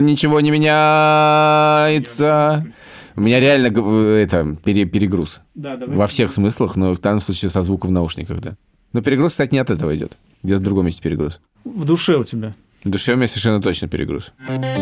Ничего не меняется. У меня реально перегруз. Да, давай. Во всех смыслах, но в данном случае со звуком в наушниках, да. Но перегруз, кстати, не от этого идет. Где-то в другом месте перегруз. В душе у тебя. В душе у меня совершенно точно перегруз.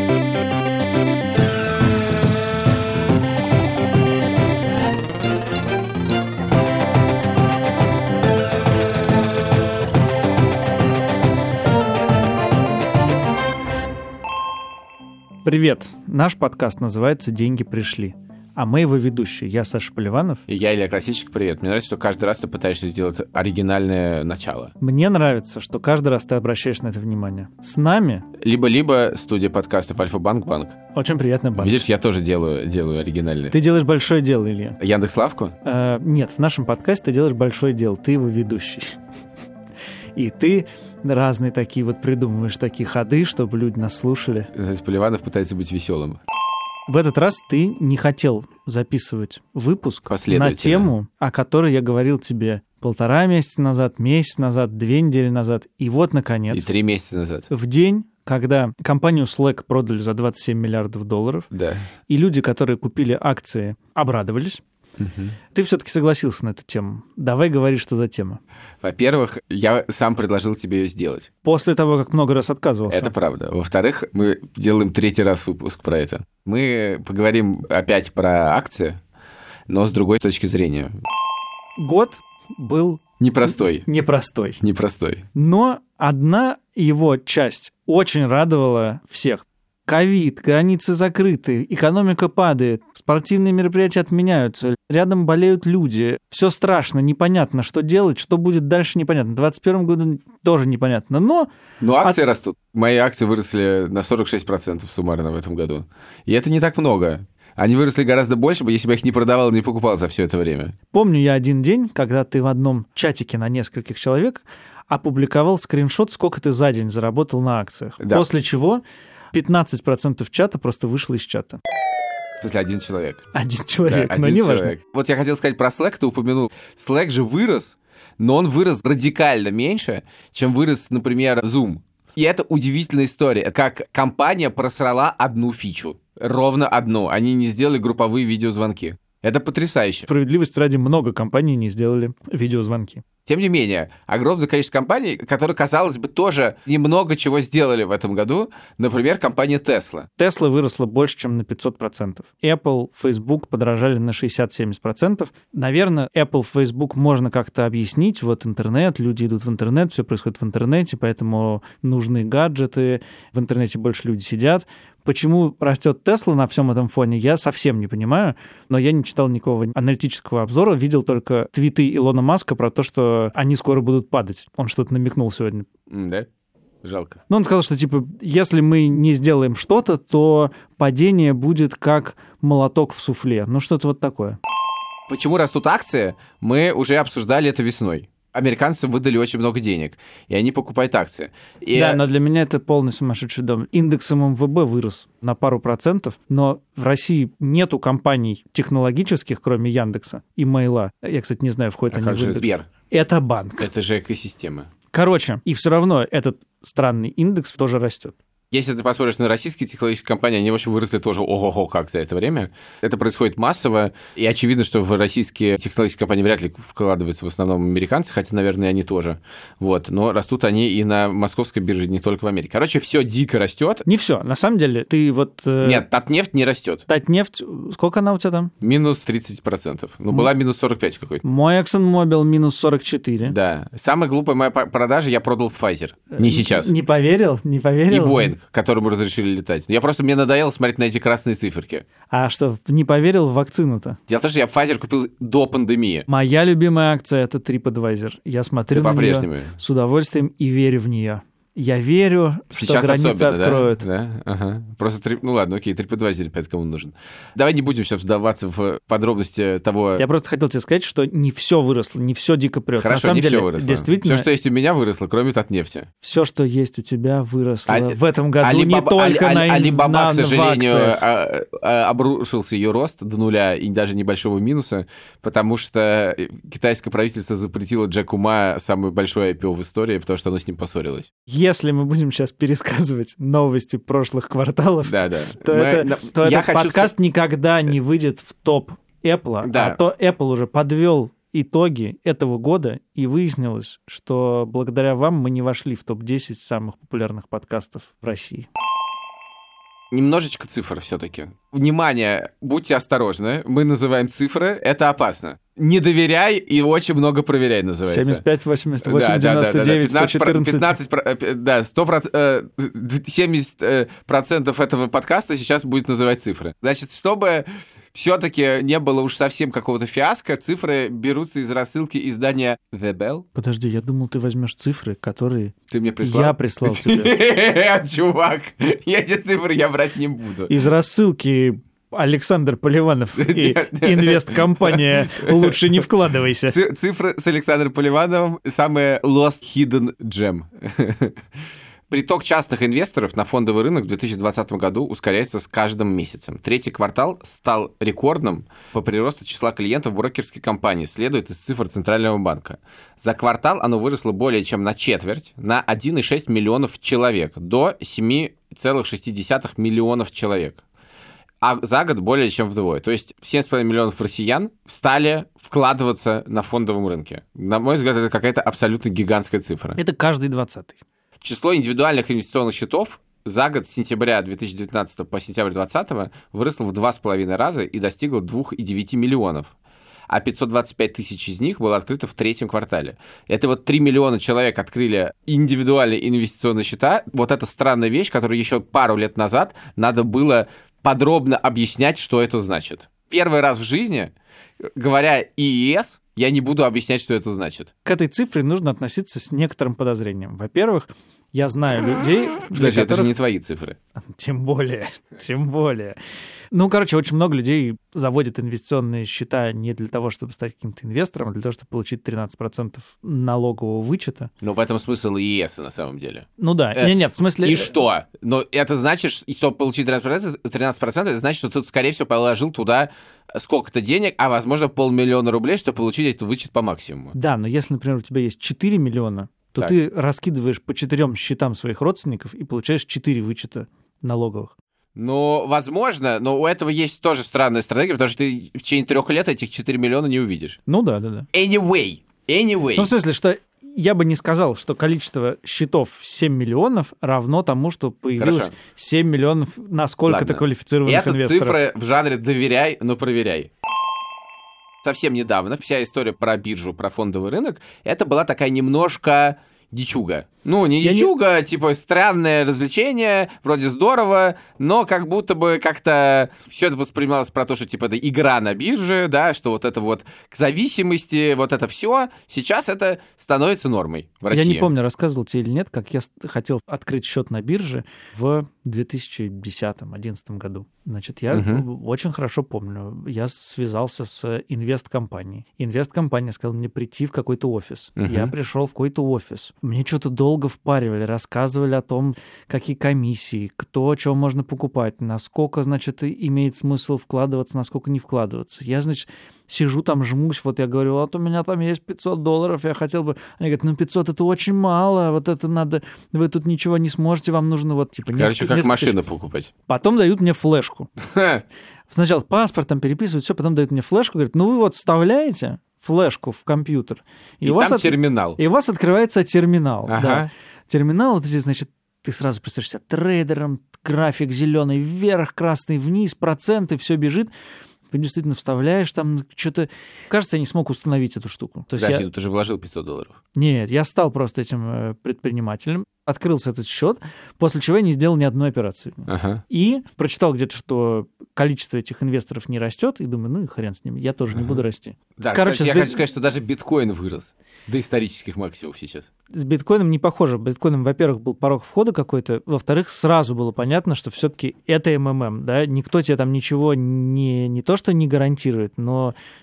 Привет! Наш подкаст называется «Деньги пришли». А мы его ведущие. Я Саша Поливанов. И я, Илья Красильщик, привет. Мне нравится, что каждый раз ты пытаешься сделать оригинальное начало. Мне нравится, что каждый раз ты обращаешь на это внимание. С нами... Либо студия подкастов Альфа-Банк Банк. Очень приятный банк. Видишь, я тоже делаю оригинальные. Ты делаешь большое дело, Илья. Яндекс.Лавку? Нет, в нашем подкасте ты делаешь большое дело. Ты его ведущий. И ты разные такие вот придумываешь такие ходы, чтобы люди нас слушали. Кстати, Поливанов пытается быть веселым. В этот раз ты не хотел записывать выпуск на тему, о которой я говорил тебе 1,5 месяца назад, месяц назад, 2 недели назад. И вот, наконец... И 3 месяца назад. В день, когда компанию Slack продали за $27 миллиардов, да. И люди, которые купили акции, обрадовались, ты все-таки согласился на эту тему. Давай говори, что за тема. Во-первых, я сам предложил тебе ее сделать. После того, как много раз отказывался. Это правда. Во-вторых, мы делаем 3-й раз выпуск про это. Мы поговорим опять про акции, но с другой точки зрения. Год был... Непростой. Но одна его часть очень радовала всех. Ковид, границы закрыты, экономика падает, спортивные мероприятия отменяются, рядом болеют люди. Все страшно, непонятно, что делать, что будет дальше, непонятно. В 2021 году тоже непонятно, но... Но акции растут. Мои акции выросли на 46% суммарно в этом году. И это не так много. Они выросли гораздо больше, если бы я их не продавал и не покупал за все это время. Помню я один день, когда ты в одном чатике на нескольких человек опубликовал скриншот, сколько ты за день заработал на акциях. Да. После чего 15% чата просто вышло из чата. В смысле, один человек. Один человек, да, но не важно. Вот я хотел сказать про Slack, ты упомянул. Slack же вырос, но он вырос радикально меньше, чем вырос, например, Zoom. И это удивительная история, как компания просрала одну фичу. Ровно одну. Они не сделали групповые видеозвонки. Это потрясающе. Справедливости ради, много компаний не сделали видеозвонки. Тем не менее, огромное количество компаний, которые, казалось бы, тоже немного чего сделали в этом году. Например, компания Tesla. Tesla выросла больше, чем на 500%. Apple, Facebook подорожали на 60-70%. Наверное, Apple, Facebook можно как-то объяснить. Вот интернет, люди идут в интернет, все происходит в интернете, поэтому нужны гаджеты, в интернете больше люди сидят. Почему растет Tesla на всем этом фоне, я совсем не понимаю, но я не читал никакого аналитического обзора, видел только твиты Илона Маска про то, что они скоро будут падать. Он что-то намекнул сегодня. Да? Жалко. Ну, он сказал, что, типа, если мы не сделаем что-то, то падение будет как молоток в суфле. Ну, что-то вот такое. Почему растут акции? Мы уже обсуждали это весной. Американцы выдали очень много денег, и они покупают акции. Да, но для меня это полный сумасшедший дом. Индекс ММВБ вырос на пару процентов, но в России нету компаний технологических, кроме Яндекса и Мейла. Я, кстати, не знаю, входит они в индекс. Сбер? Это банк. Это же экосистема. Короче, и все равно этот странный индекс тоже растет. Если ты посмотришь на российские технологические компании, они вообще выросли тоже ого-го как за это время. Это происходит массово, и очевидно, что в российские технологические компании вряд ли вкладываются в основном американцы, хотя, наверное, они тоже. Вот. Но растут они и на московской бирже, не только в Америке. Короче, все дико растет. Не все. На самом деле, ты вот... Нет, Татнефть не растет. Татнефть, сколько она у тебя там? Минус 30%. Ну, была минус 45 какой-то. Мой ExxonMobil минус 44. Да. Самая глупая моя продажа, я продал Pfizer. Не сейчас. Не поверил? И Boeing, которому разрешили летать. Мне надоело смотреть на эти красные циферки. А что, не поверил в вакцину-то? Дело в том, что я Pfizer купил до пандемии. Моя любимая акция — это TripAdvisor. Я смотрю на нее с удовольствием и верю в нее. Я верю, сейчас что границы откроют. Да? Ага. Просто, ну ладно, окей, TripAdvisor опять кому нужен. Давай не будем сейчас вдаваться в подробности того... Я просто хотел тебе сказать, что не все выросло, не все дико прет. Хорошо, на самом не деле, все выросло. Действительно... Все, что есть у меня, выросло, кроме Татнефти. Все, что есть у тебя, выросло в этом году не только на Alibaba, к сожалению, обрушился ее рост до нуля и даже небольшого минуса, потому что китайское правительство запретило Джеку Ма самое большое IPO в истории, потому что оно с ним поссорилось. если мы будем сейчас пересказывать новости прошлых кварталов, то этот подкаст никогда не выйдет в топ Apple, а то Apple уже подвел итоги этого года, и выяснилось, что благодаря вам мы не вошли в топ-10 самых популярных подкастов в России. Немножечко цифр все-таки. Внимание, будьте осторожны. Мы называем цифры, это опасно. Не доверяй и очень много проверяй, называется. 75, 88, 99, 114. 70% этого подкаста сейчас будет называть цифры. Значит, чтобы все-таки не было уж совсем какого-то фиаско, цифры берутся из рассылки издания The Bell. Подожди, я думал, ты возьмешь цифры, которые ты мне прислал? Я прислал тебе. Чувак, эти цифры я брать не буду. Из рассылки Александр Поливанов и инвесткомпания «Лучше не вкладывайся». Цифры с Александром Поливановым — самая lost hidden gem. Приток частных инвесторов на фондовый рынок в 2020 году ускоряется с каждым месяцем. Третий квартал стал рекордным по приросту числа клиентов брокерской компании, следует из цифр Центрального банка. За квартал оно выросло более чем на четверть, на 1,6 миллионов человек, до 7,6 миллионов человек. А за год более чем вдвое. То есть 7,5 миллионов россиян стали вкладываться на фондовом рынке. На мой взгляд, это какая-то абсолютно гигантская цифра. Это каждый 20-й. Число индивидуальных инвестиционных счетов за год с сентября 2019 по сентябрь 2020 выросло в 2,5 раза и достигло 2,9 миллионов. А 525 тысяч из них было открыто в третьем квартале. Это вот 3 миллиона человек открыли индивидуальные инвестиционные счета. Вот это странная вещь, которую еще пару лет назад надо было подробно объяснять, что это значит. Первый раз в жизни, говоря ИИС, я не буду объяснять, что это значит. К этой цифре нужно относиться с некоторым подозрением. Во-первых, я знаю людей... Подожди, это же не твои цифры. Тем более. Ну, короче, очень много людей заводят инвестиционные счета не для того, чтобы стать каким-то инвестором, а для того, чтобы получить 13% налогового вычета. Ну, в этом смысл ИИС на самом деле. Ну да. В смысле... И что? Но это значит, что получить 13%, это значит, что ты, скорее всего, положил туда сколько-то денег, а, возможно, 500 000 рублей, чтобы получить этот вычет по максимуму. Да, но если, например, у тебя есть 4 миллиона, то ты раскидываешь по 4 счетам своих родственников и получаешь 4 вычета налоговых. Ну, возможно, но у этого есть тоже странная стратегия, потому что ты в течение 3 лет этих 4 миллиона не увидишь. Ну да. Anyway. Ну, в смысле, что я бы не сказал, что количество счетов в 7 миллионов равно тому, что появилось 7 миллионов на сколько-то квалифицированных инвесторов. Это цифры в жанре «доверяй, но проверяй». Совсем недавно вся история про биржу, про фондовый рынок, это была такая немножко дичуга. Ну, не дичуга, типа странное развлечение, вроде здорово, но как будто бы как-то все это воспринималось про то, что типа это игра на бирже, да, что вот это вот к зависимости, вот это все, сейчас это становится нормой в России. Я не помню, рассказывал тебе или нет, как я хотел открыть счет на бирже в 2010-2011 году. Значит, я очень хорошо помню, я связался с инвесткомпанией. Инвесткомпания сказала мне прийти в какой-то офис. Я пришел в какой-то офис. Мне что-то долго впаривали, рассказывали о том, какие комиссии, кто, чего можно покупать, насколько, значит, имеет смысл вкладываться, насколько не вкладываться. Я, значит, сижу там, жмусь, вот я говорю, вот у меня там есть $500, я хотел бы... Они говорят, 500 это очень мало, вот это надо, вы тут ничего не сможете, вам нужно вот типа... Короче, как машину покупать. Потом дают мне флешку. Сначала паспорт там переписывают, все, потом дают мне флешку, говорят, ну вы вот вставляете флешку в компьютер. И у вас терминал. И у вас открывается терминал. Да. Терминал, вот здесь, значит, ты сразу представляешь себя трейдером, график зеленый вверх, красный вниз, проценты, все бежит. Ты действительно вставляешь там что-то... Кажется, я не смог установить эту штуку. Подожди, ты же вложил $500. Нет, я стал просто этим предпринимателем. Открылся этот счет, после чего я не сделал ни одной операции. И прочитал где-то, что количество этих инвесторов не растет, и думаю, ну и хрен с ними, я тоже не буду расти. Да, короче, я хочу сказать, что даже биткоин вырос до исторических максимумов сейчас. С биткоином не похоже. Биткоином, во-первых, был порог входа какой-то, во-вторых, сразу было понятно, что все-таки это МММ, да, никто тебе там ничего не то что не гарантирует, но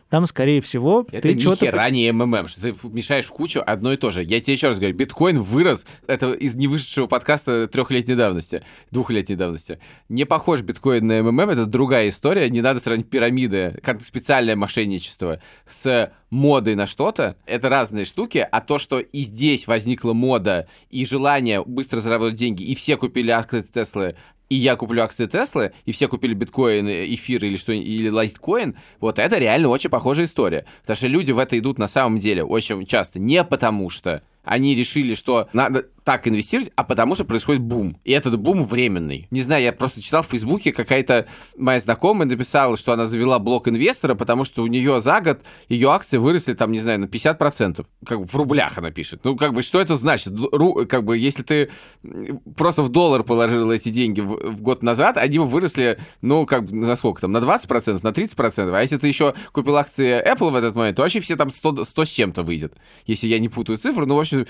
там, скорее всего, это ни хера не МММ, что ты мешаешь в кучу одно и то же. Я тебе еще раз говорю, биткоин вырос, это из невышедшего подкаста 3-летней давности, 2-летней давности. Не похож биткоин на МММ, это другая история, не надо сравнивать пирамиды, как специальное мошенничество с модой на что-то, это разные штуки, а то, что и здесь возникла мода и желание быстро заработать деньги, и все купили акции Теслы, и я куплю акции Теслы, и все купили биткоин, эфир или что, или лайткоин, вот это реально очень похожая история. Потому что люди в это идут на самом деле очень часто не потому, что они решили, что надо так инвестировать, а потому что происходит бум. И этот бум временный. Не знаю, я просто читал в Фейсбуке, какая-то моя знакомая написала, что она завела блог инвестора, потому что у нее за год ее акции выросли, там, не знаю, на 50%. Как бы в рублях она пишет. Ну, как бы, что это значит? Как бы, если ты просто в доллар положил эти деньги в год назад, они бы выросли, ну, как бы, на сколько там, на 20%, на 30%. А если ты еще купил акции Apple в этот момент, то вообще все там 100 с чем-то выйдет. Если я не путаю цифры, ну, в общем,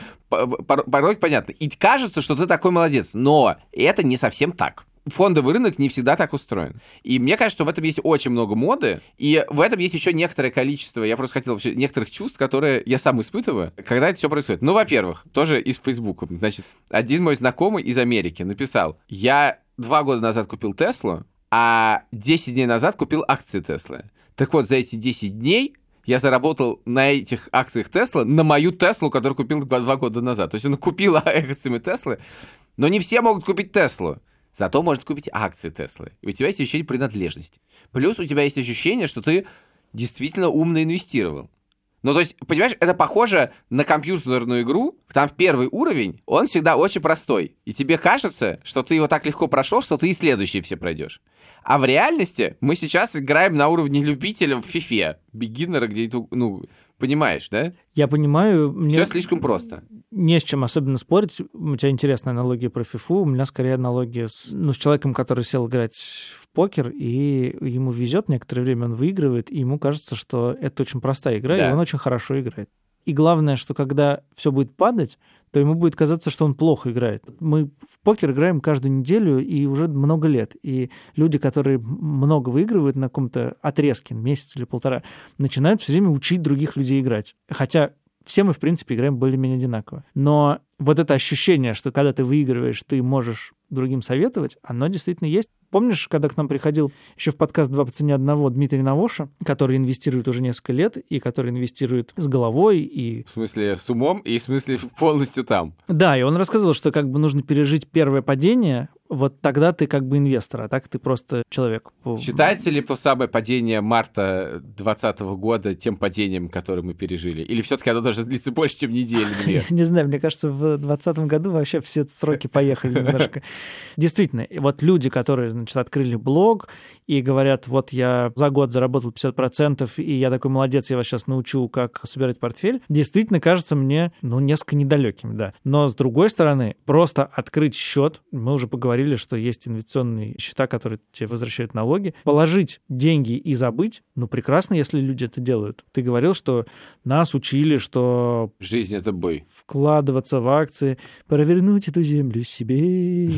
порой понятно. И кажется, что ты такой молодец, но это не совсем так. Фондовый рынок не всегда так устроен. И мне кажется, что в этом есть очень много моды, и в этом есть еще некоторое количество, я просто хотел вообще, некоторых чувств, которые я сам испытываю, когда это все происходит. Ну, во-первых, тоже из Фейсбука. Значит, один мой знакомый из Америки написал: я 2 года назад купил Теслу, а 10 дней назад купил акции Теслы. Так вот, за эти 10 дней я заработал на этих акциях Тесла на мою Теслу, которую купил 2 года назад. То есть он купил акциями Теслы, но не все могут купить Теслу. Зато может купить акции Теслы. И у тебя есть ощущение принадлежности. Плюс у тебя есть ощущение, что ты действительно умно инвестировал. Ну, то есть, понимаешь, это похоже на компьютерную игру. Там первый уровень, он всегда очень простой. И тебе кажется, что ты его так легко прошел, что ты и следующие все пройдешь. А в реальности мы сейчас играем на уровне любителя в фифе. Бигиннера где-то, ну, понимаешь, да? Я понимаю. Все слишком просто. Не с чем особенно спорить. У тебя интересная аналогия про фифу. У меня скорее аналогия с человеком, который сел играть в покер, и ему везет, некоторое время он выигрывает, и ему кажется, что это очень простая игра, да. И он очень хорошо играет. И главное, что когда все будет падать, то ему будет казаться, что он плохо играет. Мы в покер играем каждую неделю и уже много лет. И люди, которые много выигрывают на каком-то отрезке, месяц или полтора, начинают все время учить других людей играть. Хотя все мы, в принципе, играем более-менее одинаково. Но вот это ощущение, что когда ты выигрываешь, ты можешь другим советовать, оно действительно есть. Помнишь, когда к нам приходил еще в подкаст «Два по цене одного» Дмитрий Навоша, который инвестирует уже несколько лет, и который инвестирует с головой и... В смысле, с умом, и в смысле полностью там. Да, и он рассказывал, что как бы нужно пережить первое падение, вот тогда ты как бы инвестор, а так ты просто человек. Считается ли то самое падение марта 2020 года тем падением, которое мы пережили? Или все-таки оно должно длиться больше, чем неделю, две? Не знаю, мне кажется, в 2020 году вообще все сроки поехали немножко. Действительно, вот люди, которые, значит, открыли блог и говорят, вот я за год заработал 50%, и я такой молодец, я вас сейчас научу, как собирать портфель, действительно кажется мне, несколько недалеким, да. Но, с другой стороны, просто открыть счет, мы уже поговорили, что есть инвестиционные счета, которые тебе возвращают налоги. Положить деньги и забыть, прекрасно, если люди это делают. Ты говорил, что нас учили, что... Жизнь — это бой. Вкладываться в акции, провернуть эту землю себе.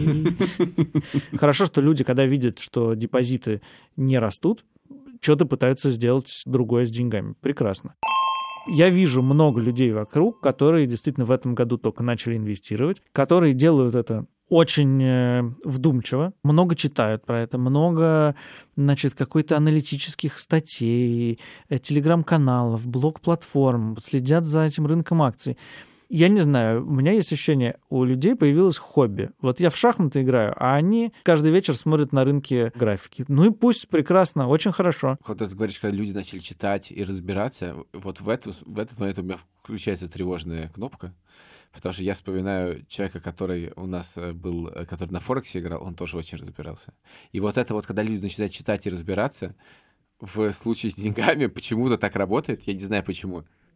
Хорошо, что люди, когда видят, что депозиты не растут, что-то пытаются сделать другое с деньгами. Прекрасно. Я вижу много людей вокруг, которые действительно в этом году только начали инвестировать, которые делают это очень вдумчиво, много читают про это, много, какой-то аналитических статей, телеграм-каналов, блог-платформ, следят за этим рынком акций. Я не знаю, у меня есть ощущение, у людей появилось хобби. Вот я в шахматы играю, а они каждый вечер смотрят на рынке графики. И пусть, прекрасно, очень хорошо. Вот ты говоришь, когда люди начали читать и разбираться, вот в этот момент у меня включается тревожная кнопка. Потому что я вспоминаю человека, который у нас был, который на Форексе играл, он тоже очень разбирался. И вот это вот, когда люди начинают читать и разбираться, в случае с деньгами почему-то так работает, я не знаю почему.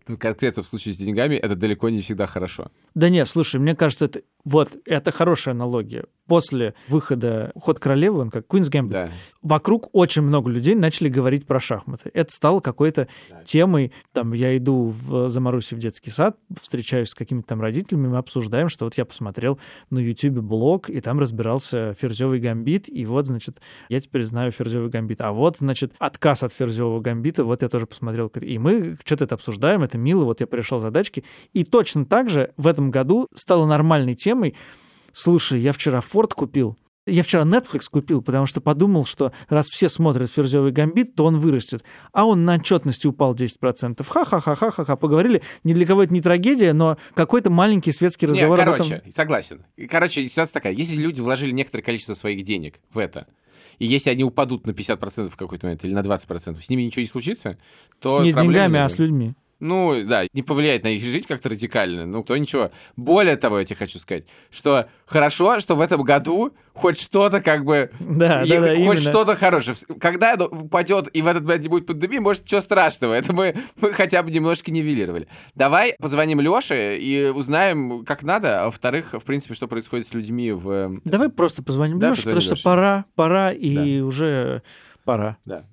конкретно в случае с деньгами это далеко не всегда хорошо. Да нет, слушай, мне кажется, это хорошая аналогия. После выхода «Ход королевы», он как Queen's Gambit, Да. вокруг очень много людей начали говорить про шахматы. Это стало какой-то темой. Там я иду за Марусей в детский сад, встречаюсь с какими-то там родителями, мы обсуждаем, что вот я посмотрел на YouTube блог, и там разбирался ферзевый гамбит, и вот, значит, я теперь знаю ферзевый гамбит. А вот, значит, отказ от ферзевого гамбита, вот я тоже посмотрел. И мы что-то это обсуждаем, это мило, вот я порешал задачки. И точно так же в этом году стало нормальной темой: слушай, я вчера Ford купил, я вчера Netflix купил, потому что подумал, что раз все смотрят ферзевый гамбит, то он вырастет. А он на отчетности упал 10%. Ха-ха-ха-ха-ха-ха. Поговорили. Ни для кого это не трагедия, но какой-то маленький светский разговор об этом. Согласен. Ситуация такая. Если люди вложили некоторое количество своих денег в это, и если они упадут на 50% в какой-то момент или на 20%, с ними ничего не случится, то... Не с деньгами, а с людьми. Ну, да, не повлияет на их жизнь как-то радикально, ну, то ничего. Более того, я тебе хочу сказать, что хорошо, что в этом году хоть что-то как бы... Да, хоть именно. что-то хорошее. Когда оно упадет и в этот момент не будет пандемии, может, ничего страшного. Это мы хотя бы немножко нивелировали. Давай позвоним Лёше и узнаем, как надо, а во-вторых, в принципе, что происходит с людьми в... Давай просто позвоним Лёше, потому что пора и уже пора. Да.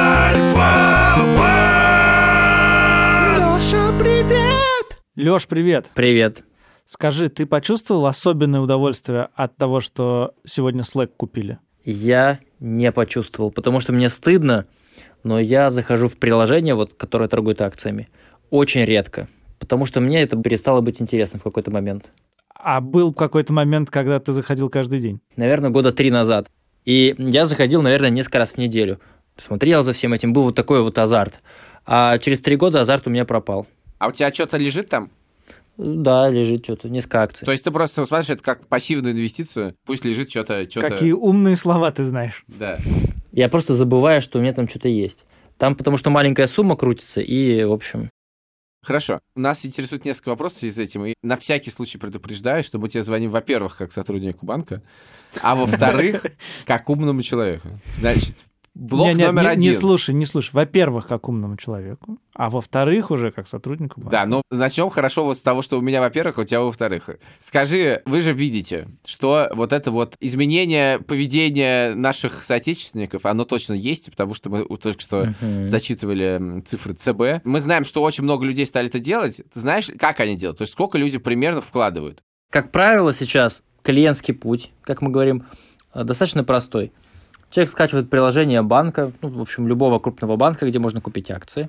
Лёша, привет! Лёш, привет! Привет. Скажи, ты почувствовал особенное удовольствие от того, что сегодня Slack купили? Я не почувствовал, потому что мне стыдно, но я захожу в приложение, которое торгует акциями, очень редко, потому что мне это перестало быть интересным в какой-то момент. А был какой-то момент, когда ты заходил каждый день? Наверное, 3 года назад. И я заходил, наверное, несколько раз в неделю. Смотрел за всем этим, был такой азарт. А через 3 года азарт у меня пропал. А у тебя что-то лежит там? Да, лежит что-то, несколько акций. То есть ты просто смотришь это как пассивную инвестицию, пусть лежит что-то... Какие умные слова ты знаешь. Да. Я просто забываю, что у меня там что-то есть. Там потому что маленькая сумма крутится, и, в общем... Хорошо. Нас интересует несколько вопросов в связи с этим, и на всякий случай предупреждаю, что мы тебе звоним, во-первых, как сотруднику банка, а во-вторых, как умному человеку. Значит, блок номер один. Не слушай. Во-первых, как умному человеку, а во-вторых, уже как сотруднику банка. Да, ну начнем хорошо с того, что у меня, во-первых, а у тебя, во-вторых. Скажи, вы же видите, что это изменение поведения наших соотечественников, оно точно есть, потому что мы только что зачитывали цифры ЦБ. Мы знаем, что очень много людей стали это делать. Ты знаешь, как они делают? То есть сколько люди примерно вкладывают? Как правило, сейчас клиентский путь, как мы говорим, достаточно простой. Человек скачивает приложение банка, любого крупного банка, где можно купить акции,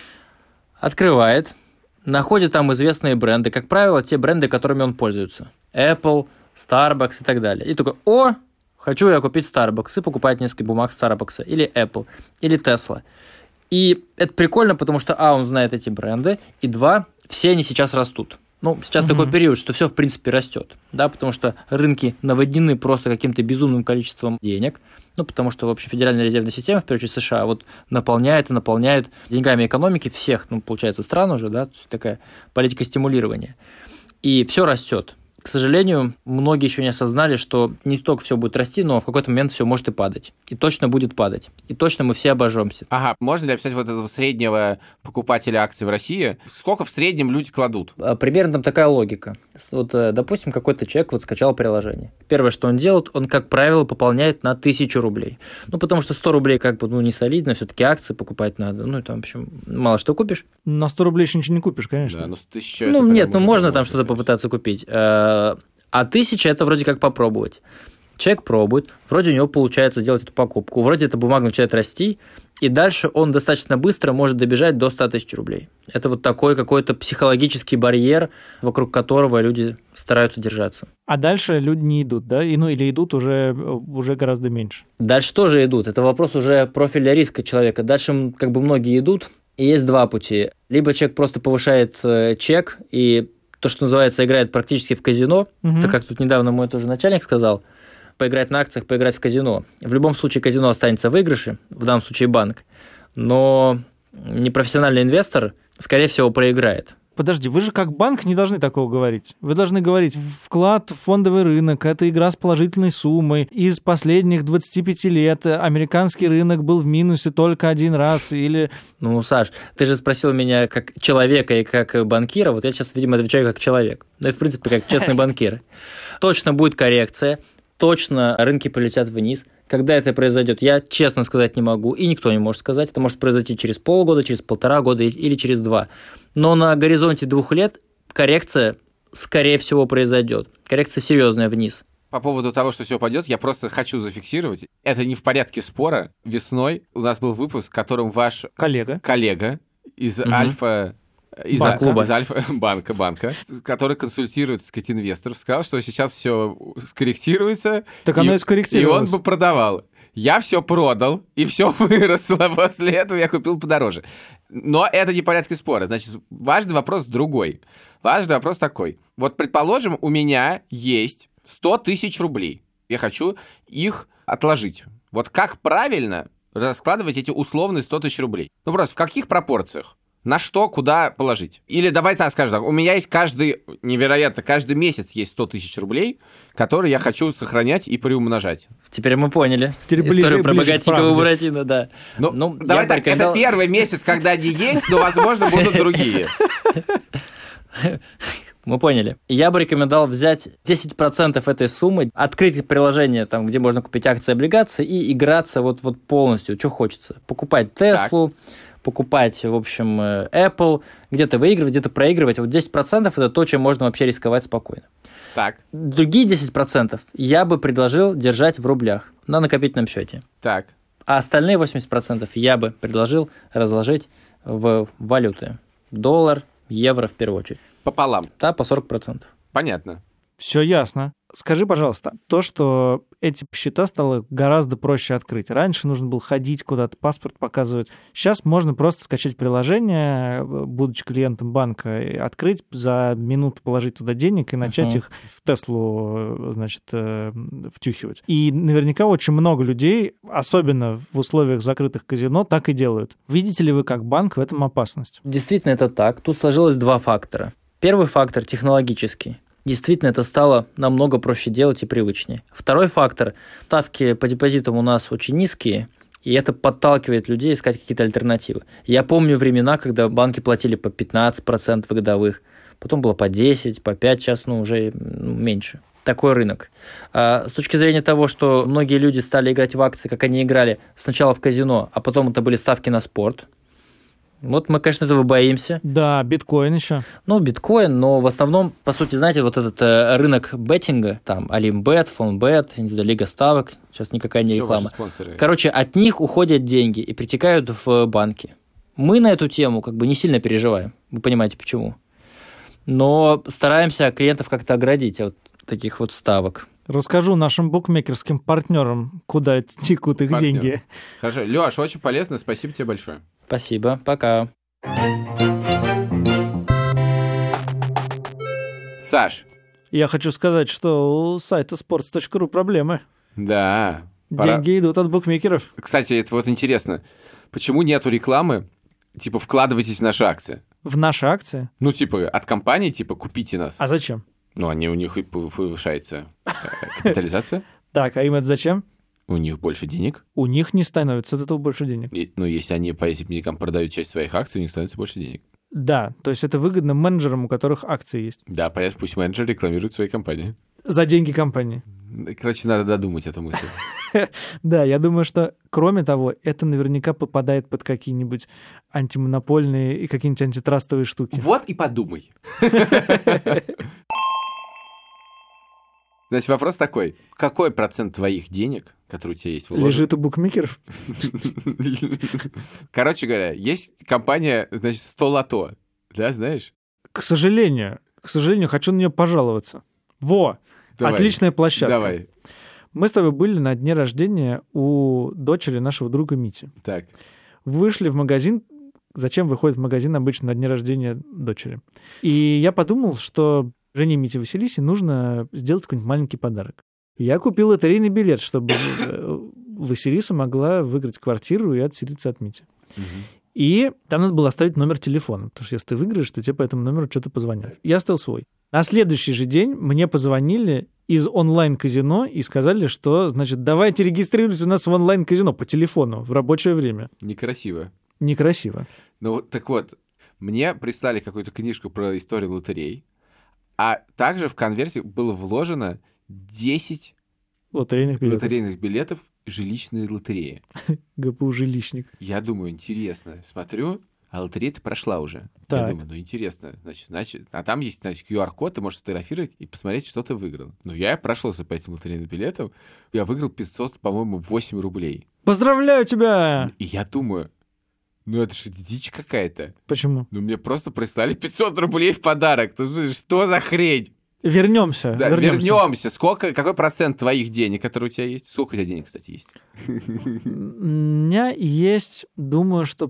открывает, находит там известные бренды, как правило, те бренды, которыми он пользуется. Apple, Starbucks и так далее. И такой: хочу я купить Starbucks, и покупает несколько бумаг Starbucks, или Apple, или Tesla. И это прикольно, потому что, он знает эти бренды, и 2, все они сейчас растут. Сейчас такой период, что все, в принципе, растет, да, потому что рынки наводнены просто каким-то безумным количеством денег, потому что, в общем, Федеральная резервная система, в первую очередь США, наполняет деньгами экономики всех, получается, стран уже, да, то есть такая политика стимулирования, и все растет. К сожалению, многие еще не осознали, что не только все будет расти, но в какой-то момент все может и падать. И точно будет падать. И точно мы все обожжемся. Ага, можно ли описать этого среднего покупателя акций в России? Сколько в среднем люди кладут? Примерно там такая логика. Допустим, какой-то человек скачал приложение. Первое, что он делает, он, как правило, пополняет на 1000 рублей. Потому что 100 рублей не солидно, все-таки акции покупать надо. В общем, мало что купишь. На 100 рублей еще ничего не купишь, конечно. Да, с 1000... нет, можно там что-то попытаться купить. А 1000 это вроде как попробовать. Человек пробует, вроде у него получается сделать эту покупку, вроде эта бумага начинает расти, и дальше он достаточно быстро может добежать до 100 тысяч рублей. Это такой какой-то психологический барьер, вокруг которого люди стараются держаться. А дальше люди не идут, да? Или идут уже гораздо меньше? Дальше тоже идут. Это вопрос уже профиля риска человека. Дальше многие идут, и есть 2 пути. Либо человек просто повышает чек и то, что называется, играет практически в казино. Это как тут недавно мой тоже начальник сказал: поиграть на акциях, поиграть в казино. В любом случае казино останется в выигрыше, в данном случае банк, но непрофессиональный инвестор, скорее всего, проиграет. Подожди, вы же как банк не должны такого говорить. Вы должны говорить, вклад в фондовый рынок – это игра с положительной суммой. Из последних 25 лет американский рынок был в минусе только один раз. Или... Ну, Саш, ты же спросил меня как человека и как банкира. Вот я сейчас, видимо, отвечаю как человек. Ну и, в принципе, как честный банкир. Точно будет коррекция, точно рынки полетят вниз. Когда это произойдет, я честно сказать не могу, и никто не может сказать. Это может произойти через полгода, через 1,5 года или через 2. Но на горизонте 2 лет коррекция, скорее всего, произойдет. Коррекция серьезная вниз. По поводу того, что все упадет, я просто хочу зафиксировать. Это не в порядке спора. Весной у нас был выпуск, в котором ваш коллега из Альфа... Из Альфа-банка, который консультирует, так сказать, инвесторов, сказал, что сейчас все скорректируется. Так оно и скорректировалось. И он бы продавал. Я все продал, и все выросло. После этого я купил подороже. Но это не в порядке спора. Значит, важный вопрос другой. Важный вопрос такой. Вот, предположим, у меня есть 100 тысяч рублей. Я хочу их отложить. Вот как правильно раскладывать эти условные 100 тысяч рублей? Ну, просто в каких пропорциях? На что, куда положить? Или давайте так скажем, у меня есть каждый месяц есть 100 тысяч рублей, которые я хочу сохранять и приумножать. Теперь мы поняли. Историю про богатенького Буратино, да. Ну, давай так, это первый месяц, когда они есть, но, возможно, будут другие. Мы поняли. Я бы рекомендовал взять 10% этой суммы, открыть приложение, там, где можно купить акции и облигации, и играться вот полностью, что хочется. Покупать Теслу, покупать, в общем, Apple, где-то выигрывать, где-то проигрывать. Вот 10% это то, чем можно вообще рисковать спокойно. Так. Другие 10% я бы предложил держать в рублях на накопительном счете. Так. А остальные 80% я бы предложил разложить в валюты. Доллар, евро в первую очередь. Пополам. Да, по 40%. Понятно. Все ясно. Скажи, пожалуйста, то, что эти счета стало гораздо проще открыть. Раньше нужно было ходить куда-то, паспорт показывать. Сейчас можно просто скачать приложение, будучи клиентом банка, и открыть, за минуту положить туда денег и начать их в Теслу, значит, втюхивать. И наверняка очень много людей, особенно в условиях закрытых казино, так и делают. Видите ли вы как банк в этом опасность? Действительно, это так. Тут сложилось два фактора. Первый фактор технологический. Действительно, это стало намного проще делать и привычнее. Второй фактор. Ставки по депозитам у нас очень низкие, и это подталкивает людей искать какие-то альтернативы. Я помню времена, когда банки платили по 15% годовых, потом было по 10%, по 5%, сейчас уже меньше. Такой рынок. А с точки зрения того, что многие люди стали играть в акции, как они играли сначала в казино, а потом это были ставки на спорт. Вот мы, конечно, этого боимся. Да, биткоин еще. Ну, биткоин, но в основном, по сути, знаете, вот этот рынок беттинга, там, Олимбет, Фонбет, не знаю, Лига ставок, сейчас никакая не реклама. Короче, от них уходят деньги и притекают в банки. Мы на эту тему как бы не сильно переживаем, вы понимаете, почему. Но стараемся клиентов как-то оградить от таких вот ставок. Расскажу нашим букмекерским партнерам, куда текут их деньги. Хорошо. Лёш, очень полезно, спасибо тебе большое. Спасибо, пока. Саш. Я хочу сказать, что у сайта sports.ru проблемы. Да. Деньги идут от букмекеров. Кстати, это вот интересно. Почему нету рекламы, типа, вкладывайтесь в наши акции? В наши акции? Ну, типа, от компании, типа, купите нас. А зачем? Ну, у них повышается капитализация. Так, а им это зачем? У них больше денег. У них не становится от этого больше денег. Ну, если они по этим деньгам продают часть своих акций, у них становится больше денег. Да, то есть это выгодно менеджерам, у которых акции есть. Да, понятно, пусть менеджер рекламирует свои компании. За деньги компании. Короче, надо додумать эту мысль. Да, я думаю, что, кроме того, это наверняка попадает под какие-нибудь антимонопольные и какие-нибудь антитрастовые штуки. Вот и подумай. Значит, вопрос такой. Какой процент твоих денег, которые у тебя есть, вложен? Лежит у букмекеров? Короче говоря, есть компания, значит, 100 лото. Да, знаешь? К сожалению, хочу на нее пожаловаться. Давай. Отличная площадка. Давай. Мы с тобой были на дне рождения у дочери нашего друга Мити. Так. Вышли в магазин. Зачем выходит в магазин обычно на дне рождения дочери? И я подумал, что Жене, Мите, Василисе нужно сделать какой-нибудь маленький подарок. Я купил лотерейный билет, чтобы Василиса могла выиграть квартиру и отселиться от Мити. И там надо было оставить номер телефона, потому что если ты выиграешь, то тебе по этому номеру что-то позвонят. Я оставил свой. На следующий же день мне позвонили из онлайн-казино и сказали, что, значит, давайте регистрируйтесь у нас в онлайн-казино по телефону в рабочее время. Некрасиво. Некрасиво. Ну, так вот, мне прислали какую-то книжку про историю лотерей, а также в конверте было вложено 10 лотерейных билетов жилищной лотереи. ГПУ «Жилищник». Я думаю, интересно. Смотрю, а лотерея-то прошла уже. Так. Я думаю, ну интересно. Значит, а там есть, значит, QR-код, ты можешь сфотографировать и посмотреть, что ты выиграл. Ну, я прошелся по этим лотерейным билетам. Я выиграл 500, по-моему, 8 рублей. Поздравляю тебя! И я думаю, ну это же дичь какая-то. Почему? Ну, мне просто прислали 500 рублей в подарок. Что за хрень? Вернемся. Да, вернемся. Какой процент твоих денег, которые у тебя есть? Сколько у тебя денег, кстати, есть? У меня есть, думаю, что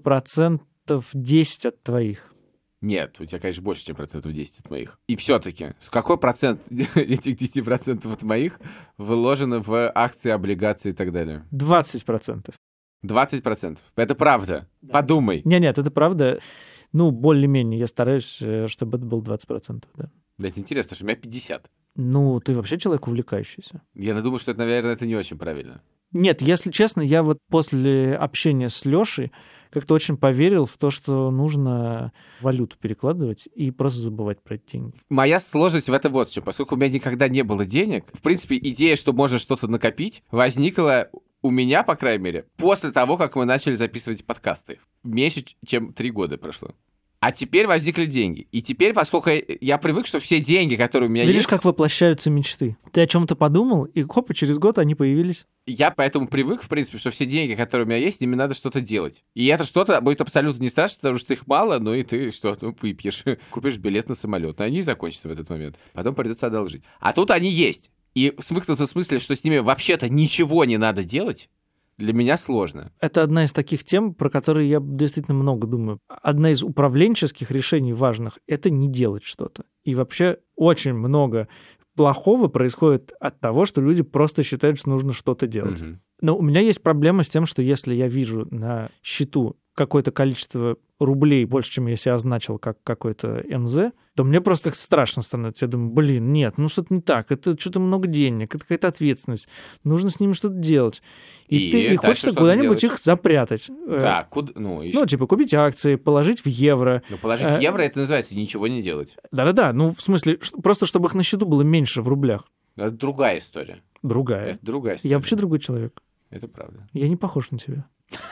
10% от твоих. Нет, у тебя, конечно, больше, чем 10% от моих. И все-таки, какой процент этих 10% от моих вложено в акции, облигации и так далее? 20%. 20%. Это правда. Да. Подумай. Нет, это правда. Ну, более-менее. Я стараюсь, чтобы это было 20%, да. Да, это интересно, потому что у меня 50. Ну, ты вообще человек увлекающийся. Я думаю, что это, наверное, это не очень правильно. Нет, если честно, я вот после общения с Лешей как-то очень поверил в то, что нужно валюту перекладывать и просто забывать про эти деньги. Моя сложность в этом вот в чем. Поскольку у меня никогда не было денег, в принципе, идея, что можно что-то накопить, возникла у меня, по крайней мере, после того, как мы начали записывать подкасты. Меньше, чем 3 года прошло. А теперь возникли деньги. И теперь, поскольку я привык, что все деньги, которые у меня есть... Видишь, как воплощаются мечты. Ты о чем-то подумал, и хоп, и через год они появились. Я поэтому привык, в принципе, что все деньги, которые у меня есть, с ними надо что-то делать. И это что-то будет абсолютно не страшно, потому что их мало, но и ты что-то выпьешь, купишь билет на самолет. Но они закончатся в этот момент. Потом придется одолжить. А тут они есть. И смыкнуться в смысле, что с ними вообще-то ничего не надо делать, для меня сложно. Это одна из таких тем, про которые я действительно много думаю. Одна из управленческих решений важных — это не делать что-то. И вообще очень много плохого происходит от того, что люди просто считают, что нужно что-то делать. Но у меня есть проблема с тем, что если я вижу на счету какое-то количество рублей больше, чем я себе означил как какой-то НЗ, то мне просто страшно становится. Я думаю, нет, ну что-то не так, это что-то много денег, это какая-то ответственность, нужно с ними что-то делать. И хочется куда-нибудь их запрятать. Так, типа купить акции, положить в евро. Ну, положить в евро, это называется ничего не делать. Да-да-да, ну, в смысле, просто чтобы их на счету было меньше в рублях. Это другая история. Другая. Это другая история. Я вообще другой человек. Это правда. Я не похож на тебя.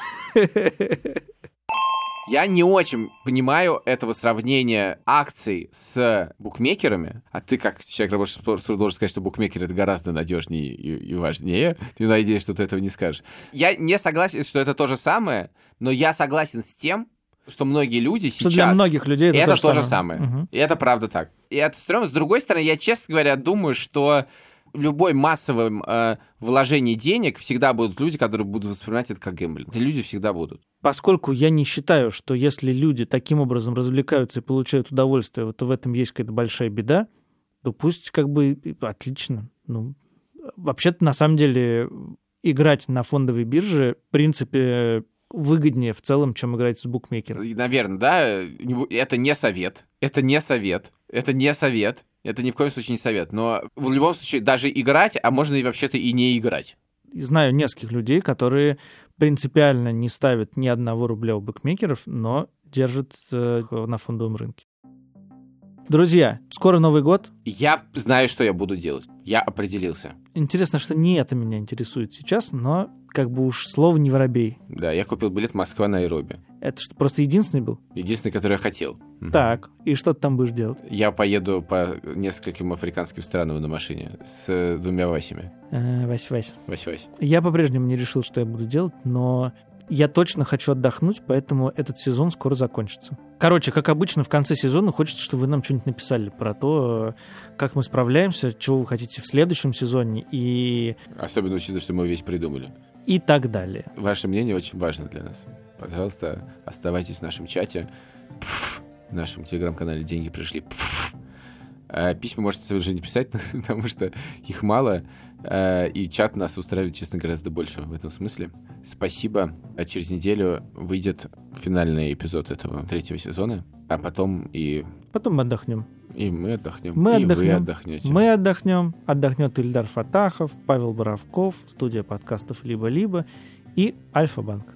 Я не очень понимаю этого сравнения акций с букмекерами. А ты, как человек, работающий в должен сказать, что букмекер — это гораздо надежнее и важнее. Ты надеюсь, что ты этого не скажешь. Я не согласен, что это то же самое, но я согласен с тем, что многие люди сейчас... Что для многих людей это то же самое. Угу. И это правда так. И это стрёмно. С другой стороны, я, честно говоря, думаю, что любой массовым вложении денег всегда будут люди, которые будут воспринимать это как гэмблинг. Эти люди всегда будут. Поскольку я не считаю, что если люди таким образом развлекаются и получают удовольствие, то в этом есть какая-то большая беда, то пусть отлично. Ну, вообще-то, на самом деле, играть на фондовой бирже, в принципе, выгоднее в целом, чем играть с букмекером. Наверное, да. Это не совет. Это не совет. Это не совет. Это ни в коем случае не совет. Но в любом случае даже играть, а можно и вообще-то и не играть. Знаю нескольких людей, которые принципиально не ставят ни одного рубля у букмекеров, но держат на фондовом рынке. Друзья, скоро Новый год. Я знаю, что я буду делать. Я определился. Интересно, что не это меня интересует сейчас, но уж слово не воробей. Да, я купил билет Москва-Найроби. Это что, просто единственный был? Единственный, который я хотел. Так, и что ты там будешь делать? Я поеду по нескольким африканским странам на машине с 2 Васями. Вась. Я по-прежнему не решил, что я буду делать, но я точно хочу отдохнуть, поэтому этот сезон скоро закончится. Короче, как обычно, в конце сезона хочется, чтобы вы нам что-нибудь написали про то, как мы справляемся, чего вы хотите в следующем сезоне и... Особенно учитывая, что мы весь придумали. И так далее. Ваше мнение очень важно для нас. Пожалуйста, оставайтесь в нашем чате, в нашем телеграм-канале «Деньги пришли». Письма можете уже не писать, потому что их мало, и чат нас устраивает, честно, гораздо больше в этом смысле. Спасибо. Через неделю выйдет финальный эпизод этого 3-го сезона, а потом и... Потом мы отдохнем. И мы отдохнем. Мы и отдохнем. Вы отдохнете. Мы отдохнем. Отдохнет Ильдар Фатахов, Павел Боровков, студия подкастов «Либо-либо» и Альфа-банк.